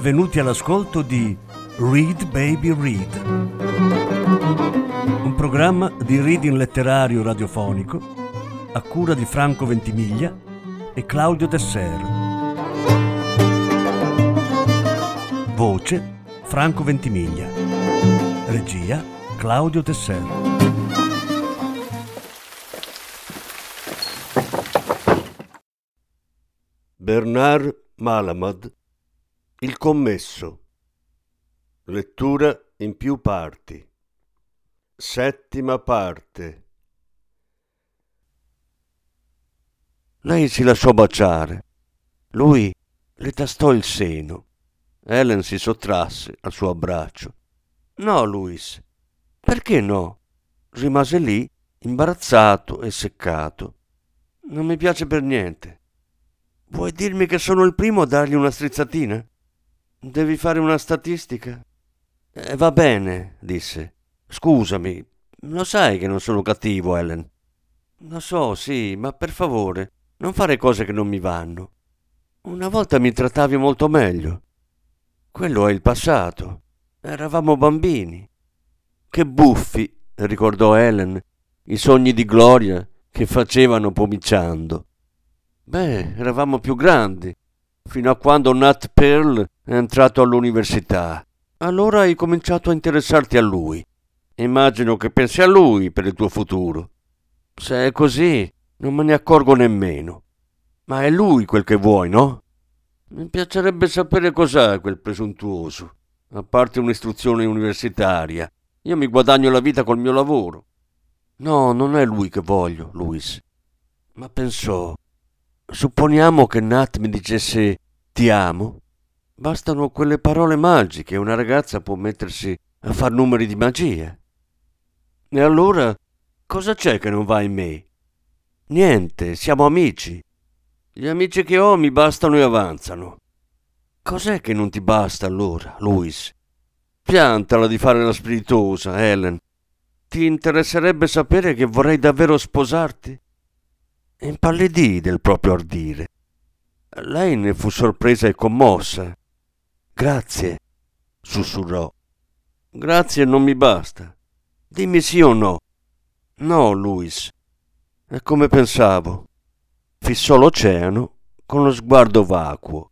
benvenuti all'ascolto di Read Baby Read, un programma di reading letterario radiofonico a cura di Franco Ventimiglia e Claudio Desser. Voce Franco Ventimiglia. Regia Claudio Desser. Bernard Malamud, Il commesso. Lettura in più parti. Settima parte. Lei si lasciò baciare. Lui le tastò il seno. Helen si sottrasse al suo abbraccio. No, Louis. Perché no? Rimase lì, imbarazzato e seccato. Non mi piace per niente. Vuoi dirmi che sono il primo a dargli una strizzatina? Devi fare una statistica? Va bene, disse. Scusami, lo sai che non sono cattivo, Helen. Lo so, sì, ma per favore, non fare cose che non mi vanno. Una volta mi trattavi molto meglio. Quello è il passato. Eravamo bambini. Che buffi, ricordò Helen, i sogni di gloria che facevano pomiciando. Beh, eravamo più grandi, fino a quando Nat Pearl è entrato all'università. Allora hai cominciato a interessarti a lui. Immagino che pensi a lui per il tuo futuro. Se è così, non me ne accorgo nemmeno. Ma è lui quel che vuoi, no? Mi piacerebbe sapere cos'è quel presuntuoso. A parte un'istruzione universitaria, io mi guadagno la vita col mio lavoro. No, non è lui che voglio, Louis. Ma pensò, supponiamo che Nat mi dicesse ti amo? Bastano quelle parole magiche e una ragazza può mettersi a far numeri di magia. E allora, cosa c'è che non va in me? Niente, siamo amici. Gli amici che ho mi bastano e avanzano. Cos'è che non ti basta allora, Louis? Piantala di fare la spiritosa, Helen. Ti interesserebbe sapere che vorrei davvero sposarti? Impallidì del proprio ardire. Lei ne fu sorpresa e commossa. Grazie, sussurrò. Grazie non mi basta. Dimmi sì o no. No, Louis. È come pensavo. Fissò l'oceano con lo sguardo vacuo.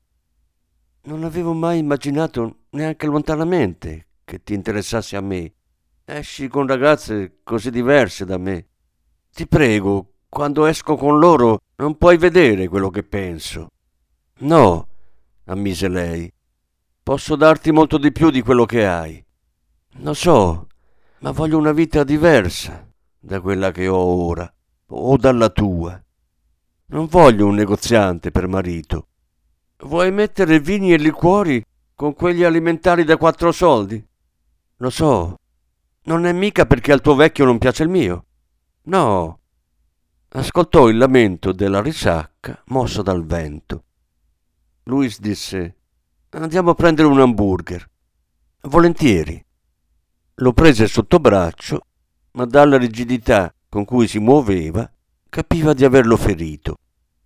Non avevo mai immaginato, neanche lontanamente, che ti interessassi a me. Esci con ragazze così diverse da me. Ti prego, quando esco con loro non puoi vedere quello che penso. No, ammise lei. Posso darti molto di più di quello che hai. Lo so, ma voglio una vita diversa da quella che ho ora, o dalla tua. Non voglio un negoziante per marito. Vuoi mettere vini e liquori con quegli alimentari da 4 soldi? Lo so, non è mica perché al tuo vecchio non piace il mio. No. Ascoltò il lamento della risacca mosso dal vento. Louis disse: andiamo a prendere un hamburger. Volentieri. Lo prese sotto braccio, ma dalla rigidità con cui si muoveva capiva di averlo ferito.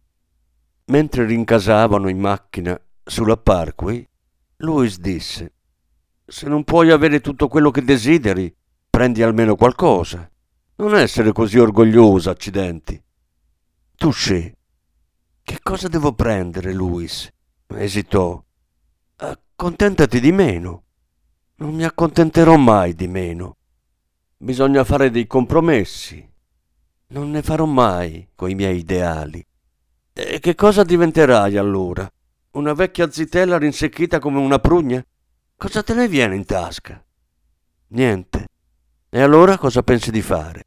Mentre rincasavano in macchina sulla Parkway, Louis disse: se non puoi avere tutto quello che desideri, prendi almeno qualcosa. Non essere così orgogliosa, accidenti. Touché. Che cosa devo prendere, Louis? Esitò. Accontentati di meno. Non mi accontenterò mai di meno. Bisogna fare dei compromessi. Non ne farò mai coi miei ideali. E che cosa diventerai allora? Una vecchia zitella rinsecchita come una prugna? Cosa te ne viene in tasca? Niente. E allora cosa pensi di fare?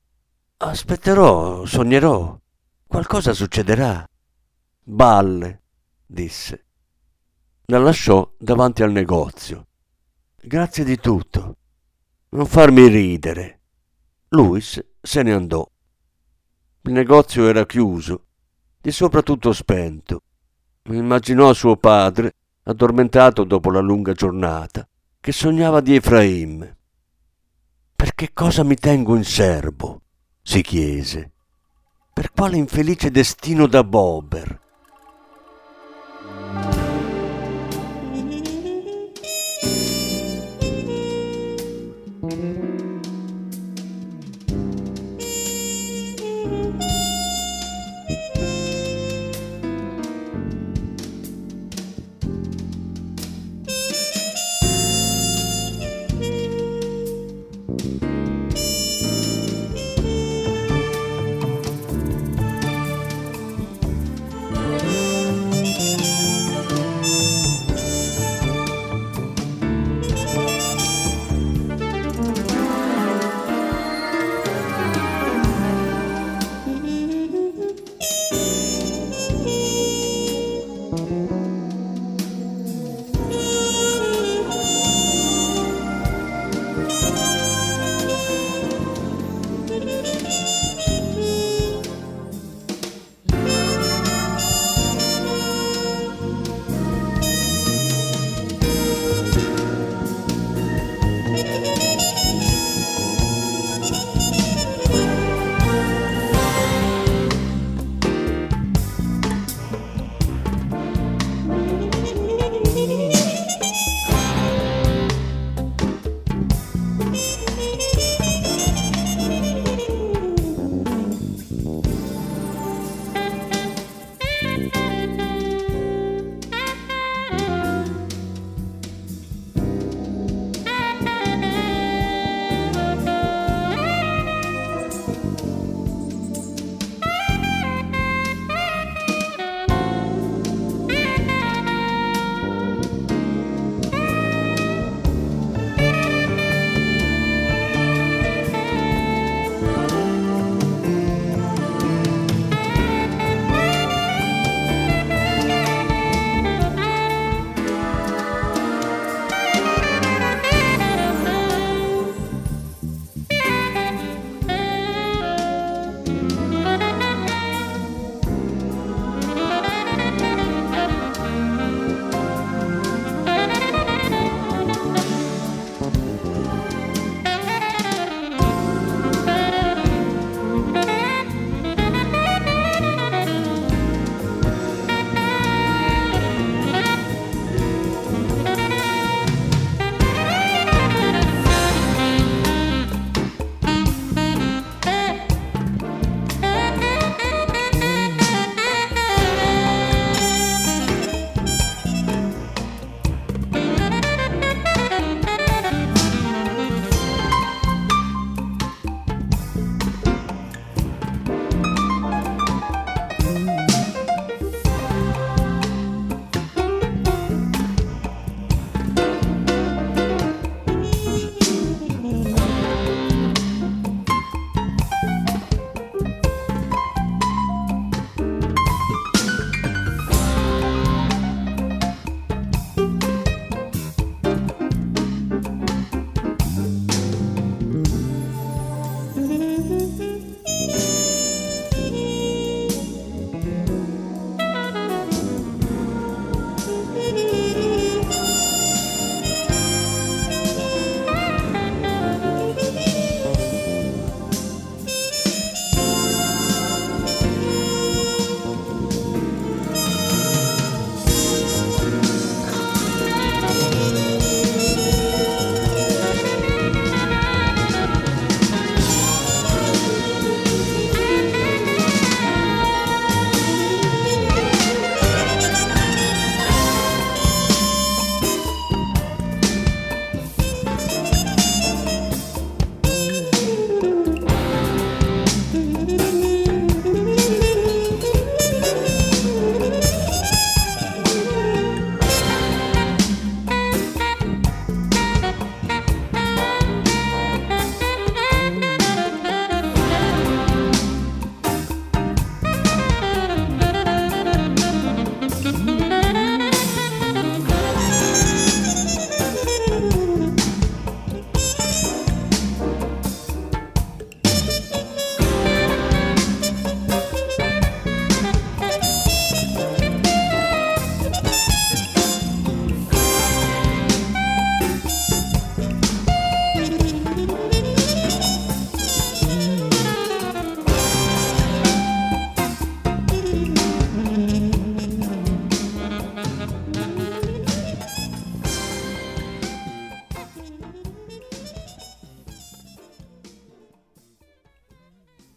Aspetterò, sognerò. Qualcosa succederà. Balle, disse. La lasciò davanti al negozio. Grazie di tutto. Non farmi ridere. Louis se ne andò. Il negozio era chiuso, di sopra tutto spento. Immaginò suo padre, addormentato dopo la lunga giornata, che sognava di Efraim. Per che cosa mi tengo in serbo? Si chiese. Per quale infelice destino da Bober?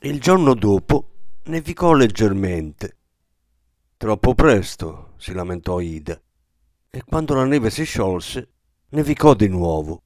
Il giorno dopo nevicò leggermente. Troppo presto, si lamentò Ida, e quando la neve si sciolse, nevicò di nuovo.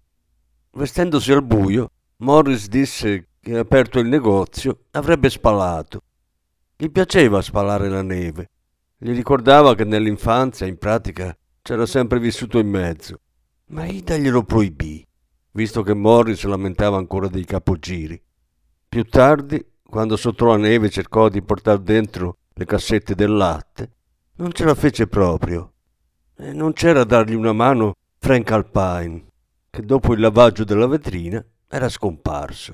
Vestendosi al buio, Morris disse che, aperto il negozio, avrebbe spalato. Gli piaceva spalare la neve. Gli ricordava che nell'infanzia, in pratica, c'era sempre vissuto in mezzo. Ma Ida glielo proibì, visto che Morris lamentava ancora dei capogiri. Più tardi, quando sotto la neve cercò di portar dentro le cassette del latte, non ce la fece proprio. E non c'era a dargli una mano Frank Alpine, che dopo il lavaggio della vetrina era scomparso.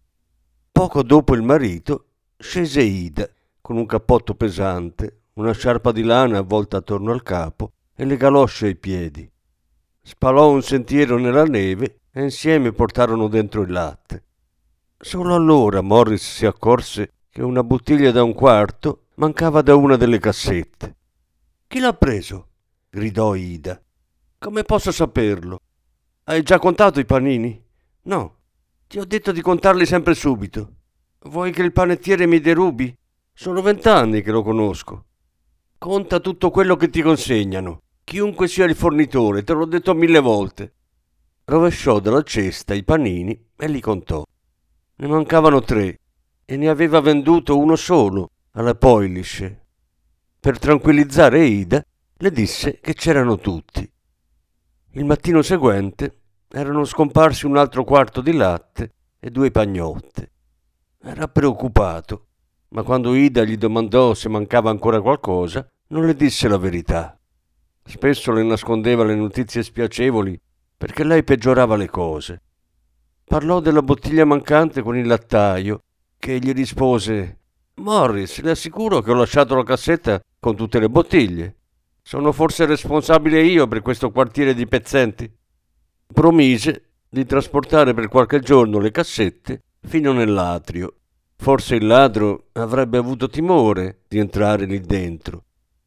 Poco dopo il marito scese Ida con un cappotto pesante, una sciarpa di lana avvolta attorno al capo e le galosce ai piedi. Spalò un sentiero nella neve e insieme portarono dentro il latte. Solo allora Morris si accorse che una bottiglia da 1/4 mancava da una delle cassette. «Chi l'ha preso?» gridò Ida. «Come posso saperlo? Hai già contato i panini?» «No, ti ho detto di contarli sempre subito. Vuoi che il panettiere mi derubi? Sono 20 anni che lo conosco. Conta tutto quello che ti consegnano, chiunque sia il fornitore, te l'ho detto 1000 volte». Rovesciò dalla cesta i panini e li contò. Ne mancavano 3 e ne aveva venduto uno solo alla Polish. Per tranquillizzare Ida, le disse che c'erano tutti. Il mattino seguente erano scomparsi un altro quarto di latte e 2 pagnotte. Era preoccupato, ma quando Ida gli domandò se mancava ancora qualcosa, non le disse la verità. Spesso le nascondeva le notizie spiacevoli perché lei peggiorava le cose. Parlò della bottiglia mancante con il lattaio, che gli rispose: «Morris, le assicuro che ho lasciato la cassetta con tutte le bottiglie. Sono forse responsabile io per questo quartiere di pezzenti?» Promise di trasportare per qualche giorno le cassette fino nell'atrio. Forse il ladro avrebbe avuto timore di entrare lì dentro.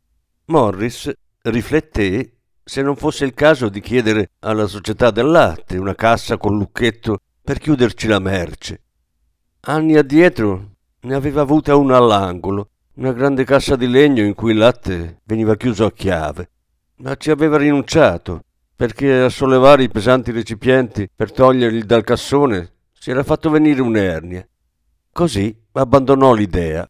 Morris rifletté se non fosse il caso di chiedere alla società del latte una cassa con lucchetto per chiuderci la merce. Anni addietro ne aveva avuta una all'angolo, una grande cassa di legno in cui il latte veniva chiuso a chiave, ma ci aveva rinunciato perché a sollevare i pesanti recipienti per toglierli dal cassone si era fatto venire un'ernia. Così abbandonò l'idea.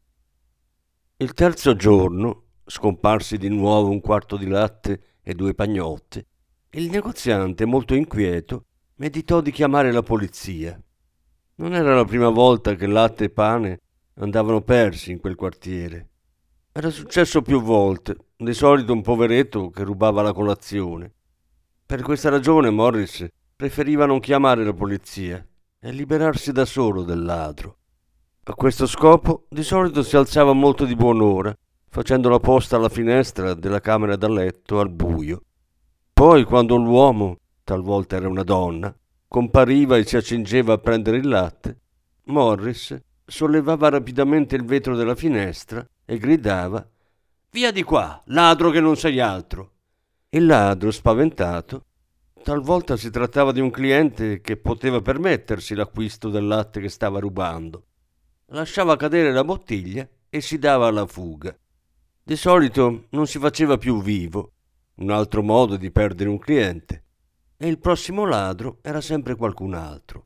Il terzo giorno, scomparsi di nuovo un quarto di latte e 2 pagnotte, il negoziante, molto inquieto, meditò di chiamare la polizia. Non era la prima volta che latte e pane andavano persi in quel quartiere. Era successo più volte, di solito un poveretto che rubava la colazione. Per questa ragione Morris preferiva non chiamare la polizia e liberarsi da solo del ladro. A questo scopo di solito si alzava molto di buon'ora, facendo la posta alla finestra della camera da letto al buio. Poi, quando l'uomo, talvolta era una donna, compariva e si accingeva a prendere il latte, Morris sollevava rapidamente il vetro della finestra e gridava: «Via di qua, ladro che non sei altro!» Il ladro, spaventato, talvolta si trattava di un cliente che poteva permettersi l'acquisto del latte che stava rubando, lasciava cadere la bottiglia e si dava alla fuga. Di solito non si faceva più vivo, un altro modo di perdere un cliente, e il prossimo ladro era sempre qualcun altro.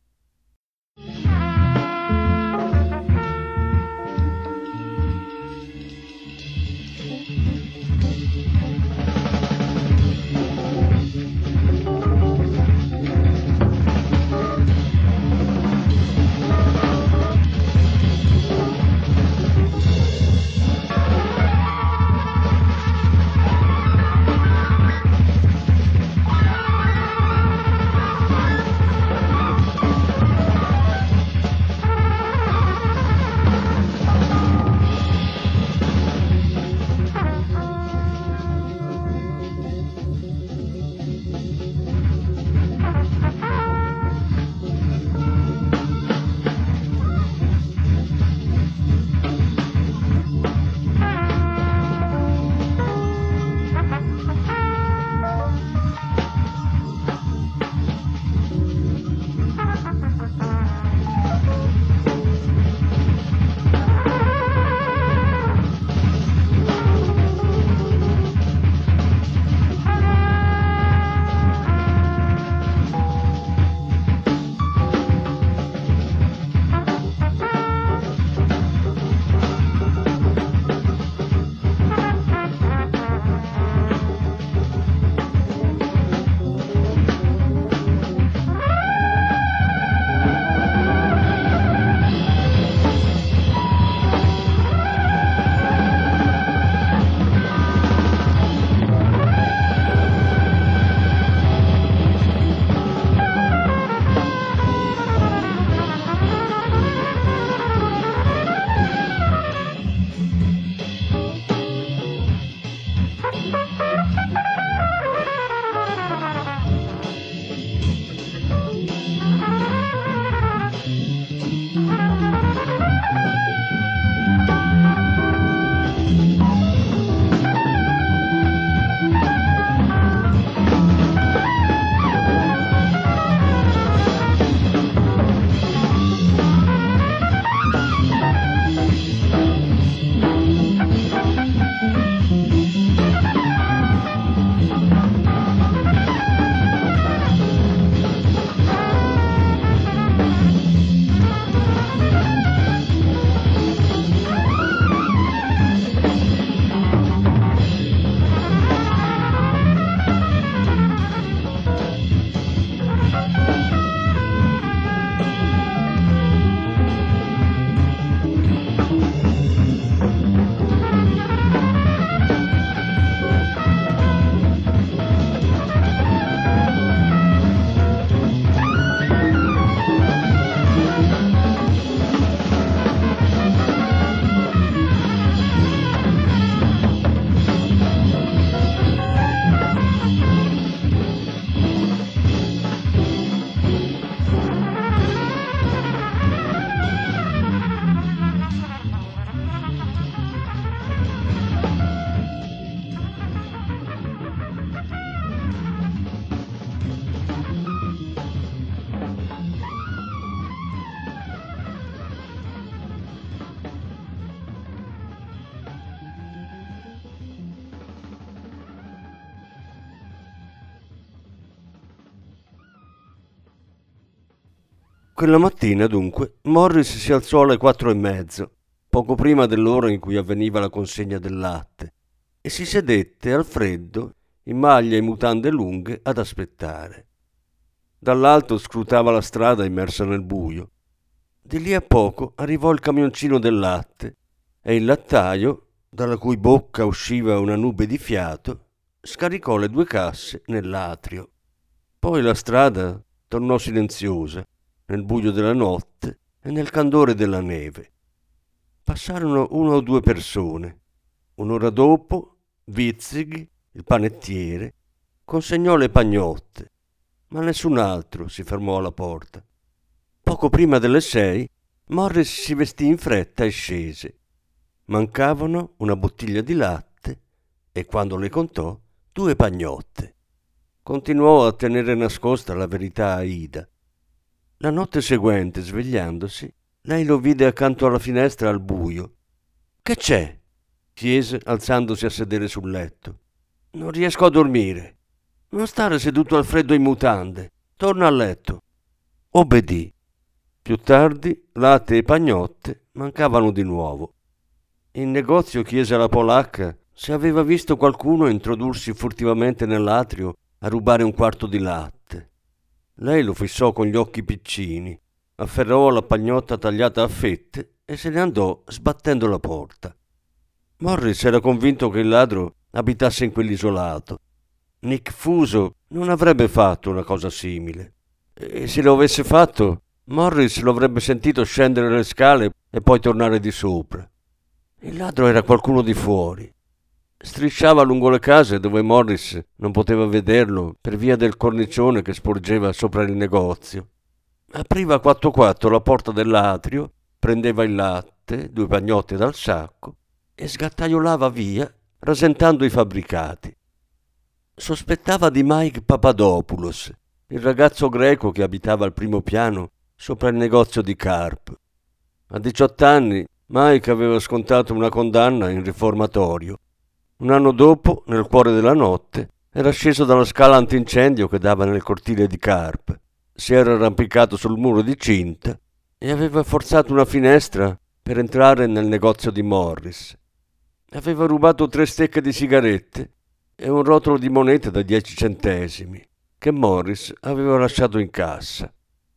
Quella mattina, dunque, Morris si alzò alle 4:30, poco prima dell'ora in cui avveniva la consegna del latte, e si sedette al freddo, in maglia e mutande lunghe, ad aspettare. Dall'alto scrutava la strada immersa nel buio. Di lì a poco arrivò il camioncino del latte e il lattaio, dalla cui bocca usciva una nube di fiato, scaricò le 2 casse nell'atrio. Poi la strada tornò silenziosa, nel buio della notte e nel candore della neve. Passarono 1 o 2 persone. Un'ora dopo, Witzig, il panettiere, consegnò le pagnotte, ma nessun altro si fermò alla porta. Poco prima delle 6, Morris si vestì in fretta e scese. Mancavano una bottiglia di latte e, quando le contò, 2 pagnotte. Continuò a tenere nascosta la verità a Ida. La notte seguente, svegliandosi, lei lo vide accanto alla finestra al buio. «Che c'è?» chiese, alzandosi a sedere sul letto. «Non riesco a dormire». «Non stare seduto al freddo in mutande. Torna a letto». Obbedì. Più tardi, latte e pagnotte mancavano di nuovo. In negozio chiese alla polacca se aveva visto qualcuno introdursi furtivamente nell'atrio a rubare un quarto di latte. Lei lo fissò con gli occhi piccini, afferrò la pagnotta tagliata a fette e se ne andò sbattendo la porta. Morris era convinto che il ladro abitasse in quell'isolato. Nick Fuso non avrebbe fatto una cosa simile. E se lo avesse fatto, Morris lo avrebbe sentito scendere le scale e poi tornare di sopra. Il ladro era qualcuno di fuori. Strisciava lungo le case dove Morris non poteva vederlo per via del cornicione che sporgeva sopra il negozio. Apriva a 4 la porta dell'atrio, prendeva il latte, 2 pagnotte dal sacco e sgattaiolava via, rasentando i fabbricati. Sospettava di Mike Papadopoulos, il ragazzo greco che abitava al primo piano sopra il negozio di Carp. A 18 anni Mike aveva scontato una condanna in riformatorio. Un anno dopo, nel cuore della notte, era sceso dalla scala antincendio che dava nel cortile di Carp. Si era arrampicato sul muro di cinta e aveva forzato una finestra per entrare nel negozio di Morris. Aveva rubato 3 stecche di sigarette e un rotolo di monete da 10 centesimi che Morris aveva lasciato in cassa.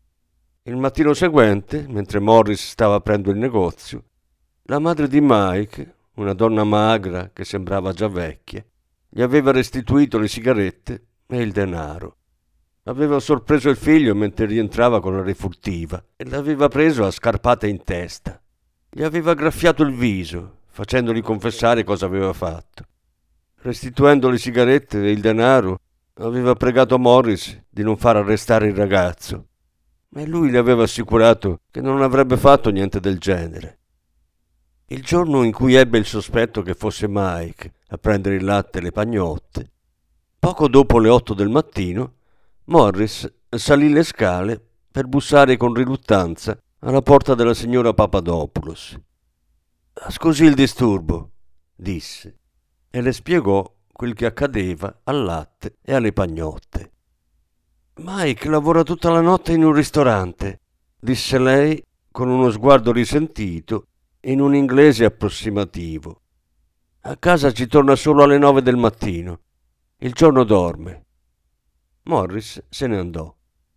Il mattino seguente, mentre Morris stava aprendo il negozio, la madre di Mike, una donna magra che sembrava già vecchia, gli aveva restituito le sigarette e il denaro. Aveva sorpreso il figlio mentre rientrava con la refurtiva e l'aveva preso a scarpate in testa. Gli aveva graffiato il viso, facendogli confessare cosa aveva fatto. Restituendo le sigarette e il denaro, aveva pregato Morris di non far arrestare il ragazzo, ma lui le aveva assicurato che non avrebbe fatto niente del genere. Il giorno in cui ebbe il sospetto che fosse Mike a prendere il latte e le pagnotte, poco dopo le 8 del mattino, Morris salì le scale per bussare con riluttanza alla porta della signora Papadopoulos. «Scusi il disturbo», disse, e le spiegò quel che accadeva al latte e alle pagnotte. «Mike lavora tutta la notte in un ristorante», disse lei con uno sguardo risentito e in un inglese approssimativo. «A casa ci torna solo alle 9 del mattino. Il giorno dorme». Morris se ne andò.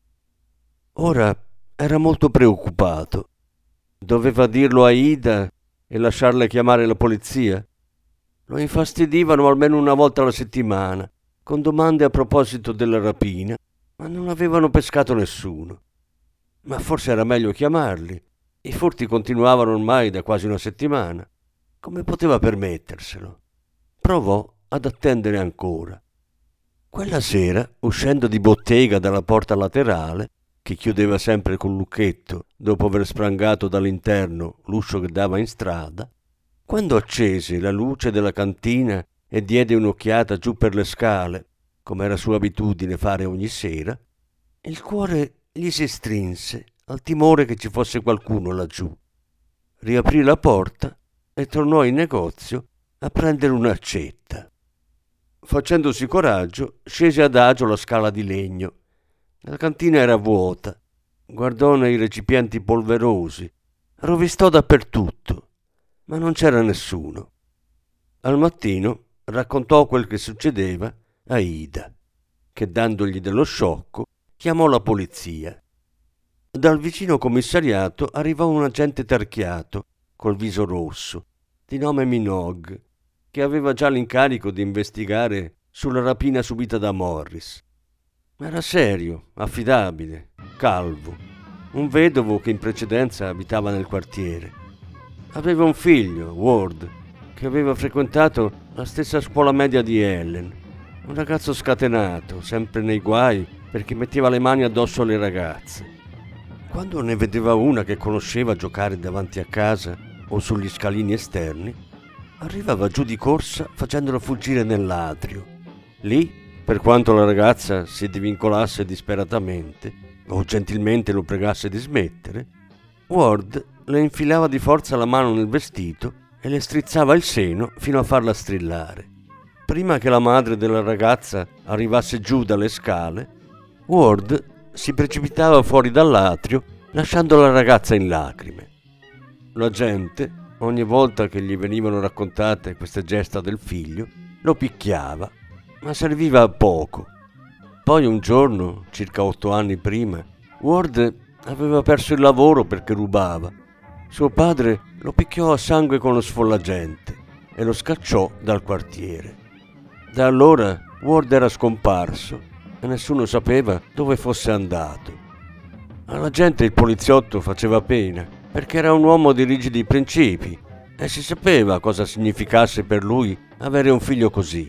Ora era molto preoccupato. Doveva dirlo a Ida e lasciarle chiamare la polizia? Lo infastidivano almeno una volta alla settimana, con domande a proposito della rapina, ma non avevano pescato nessuno. Ma forse era meglio chiamarli. I furti continuavano ormai da quasi una settimana. Come poteva permetterselo? Provò ad attendere ancora. Quella sera, uscendo di bottega dalla porta laterale, che chiudeva sempre col lucchetto dopo aver sprangato dall'interno l'uscio che dava in strada, quando accese la luce della cantina e diede un'occhiata giù per le scale, come era sua abitudine fare ogni sera, il cuore gli si strinse al timore che ci fosse qualcuno laggiù. Riaprì la porta e tornò in negozio a prendere un'accetta. Facendosi coraggio, scese adagio la scala di legno. La cantina era vuota. guardò nei recipienti polverosi, rovistò dappertutto, ma non c'era nessuno. Al mattino raccontò quel che succedeva a Ida, che dandogli dello sciocco chiamò la polizia. Dal vicino commissariato arrivò un agente tarchiato, col viso rosso, di nome Minogue, che aveva già l'incarico di investigare sulla rapina subita da Morris. Era serio, affidabile, calvo, un vedovo che in precedenza abitava nel quartiere. Aveva un figlio, Ward, che aveva frequentato la stessa scuola media di Ellen, un ragazzo scatenato, sempre nei guai perché metteva le mani addosso alle ragazze. Quando ne vedeva una che conosceva giocare davanti a casa o sugli scalini esterni, arrivava giù di corsa facendola fuggire nell'atrio. Lì, per quanto la ragazza si divincolasse disperatamente o gentilmente lo pregasse di smettere, Ward le infilava di forza la mano nel vestito e le strizzava il seno fino a farla strillare. Prima che la madre della ragazza arrivasse giù dalle scale, Ward si precipitava fuori dall'atrio lasciando la ragazza in lacrime. La gente, ogni volta che gli venivano raccontate queste gesta del figlio, lo picchiava, ma serviva a poco. Poi un giorno, circa 8 anni prima, Ward aveva perso il lavoro perché rubava. Suo padre lo picchiò a sangue con lo sfollagente e lo scacciò dal quartiere. Da allora Ward era scomparso e nessuno sapeva dove fosse andato. Alla gente il poliziotto faceva pena perché era un uomo di rigidi principi e si sapeva cosa significasse per lui avere un figlio così.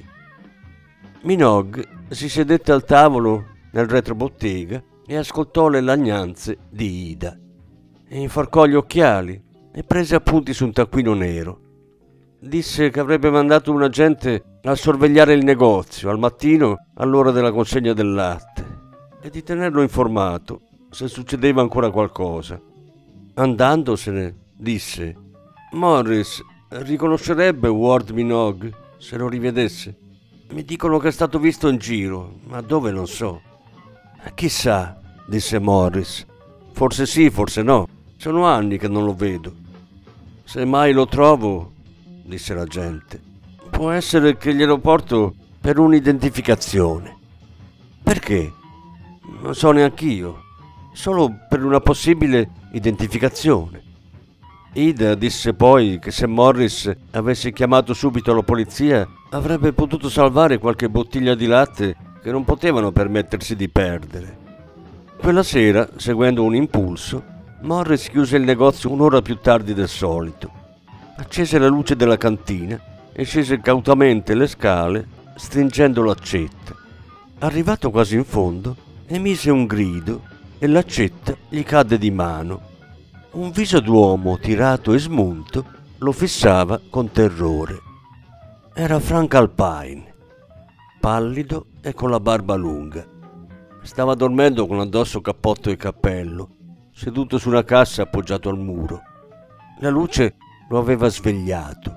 Minogue si sedette al tavolo nel retrobottega e ascoltò le lagnanze di Ida. E inforcò gli occhiali e prese appunti su un taccuino nero. Disse che avrebbe mandato un agente a sorvegliare il negozio al mattino all'ora della consegna del latte e di tenerlo informato se succedeva ancora qualcosa. Andandosene, disse: Morris riconoscerebbe Ward Minogue se lo rivedesse. Mi dicono che è stato visto in giro, ma dove non so. Chissà, disse Morris. Forse sì, forse no. Sono anni che non lo vedo. Se mai lo trovo, disse l'agente, può essere che glielo porto per un'identificazione. Perché? Non so neanch'io. Solo per una possibile identificazione. Ida disse poi che se Morris avesse chiamato subito la polizia avrebbe potuto salvare qualche bottiglia di latte che non potevano permettersi di perdere. Quella sera, seguendo un impulso, Morris chiuse il negozio un'ora più tardi del solito. Accese la luce della cantina e scese cautamente le scale, stringendo l'accetta. Arrivato quasi in fondo, emise un grido e l'accetta gli cadde di mano. Un viso d'uomo tirato e smunto lo fissava con terrore. Era Frank Alpine, pallido e con la barba lunga. Stava dormendo con addosso cappotto e cappello, seduto su una cassa appoggiato al muro. La luce lo aveva svegliato.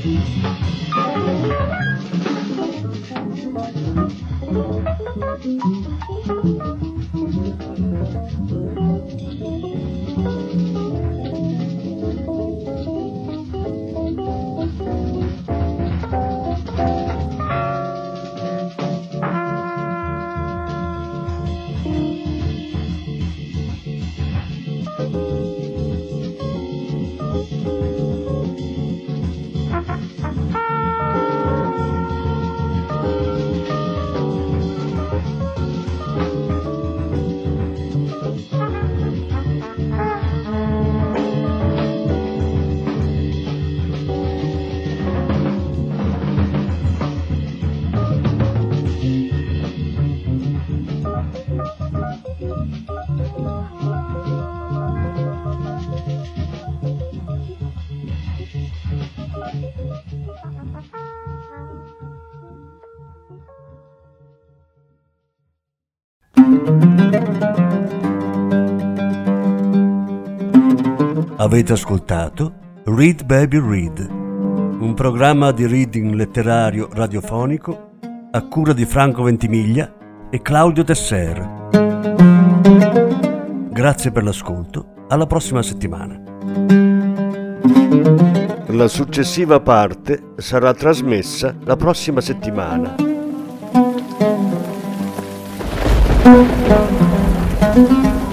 Avete ascoltato Read Baby Read, un programma di reading letterario radiofonico a cura di Franco Ventimiglia e Claudio Tesser. Grazie per l'ascolto, alla prossima settimana. La successiva parte sarà trasmessa la prossima settimana.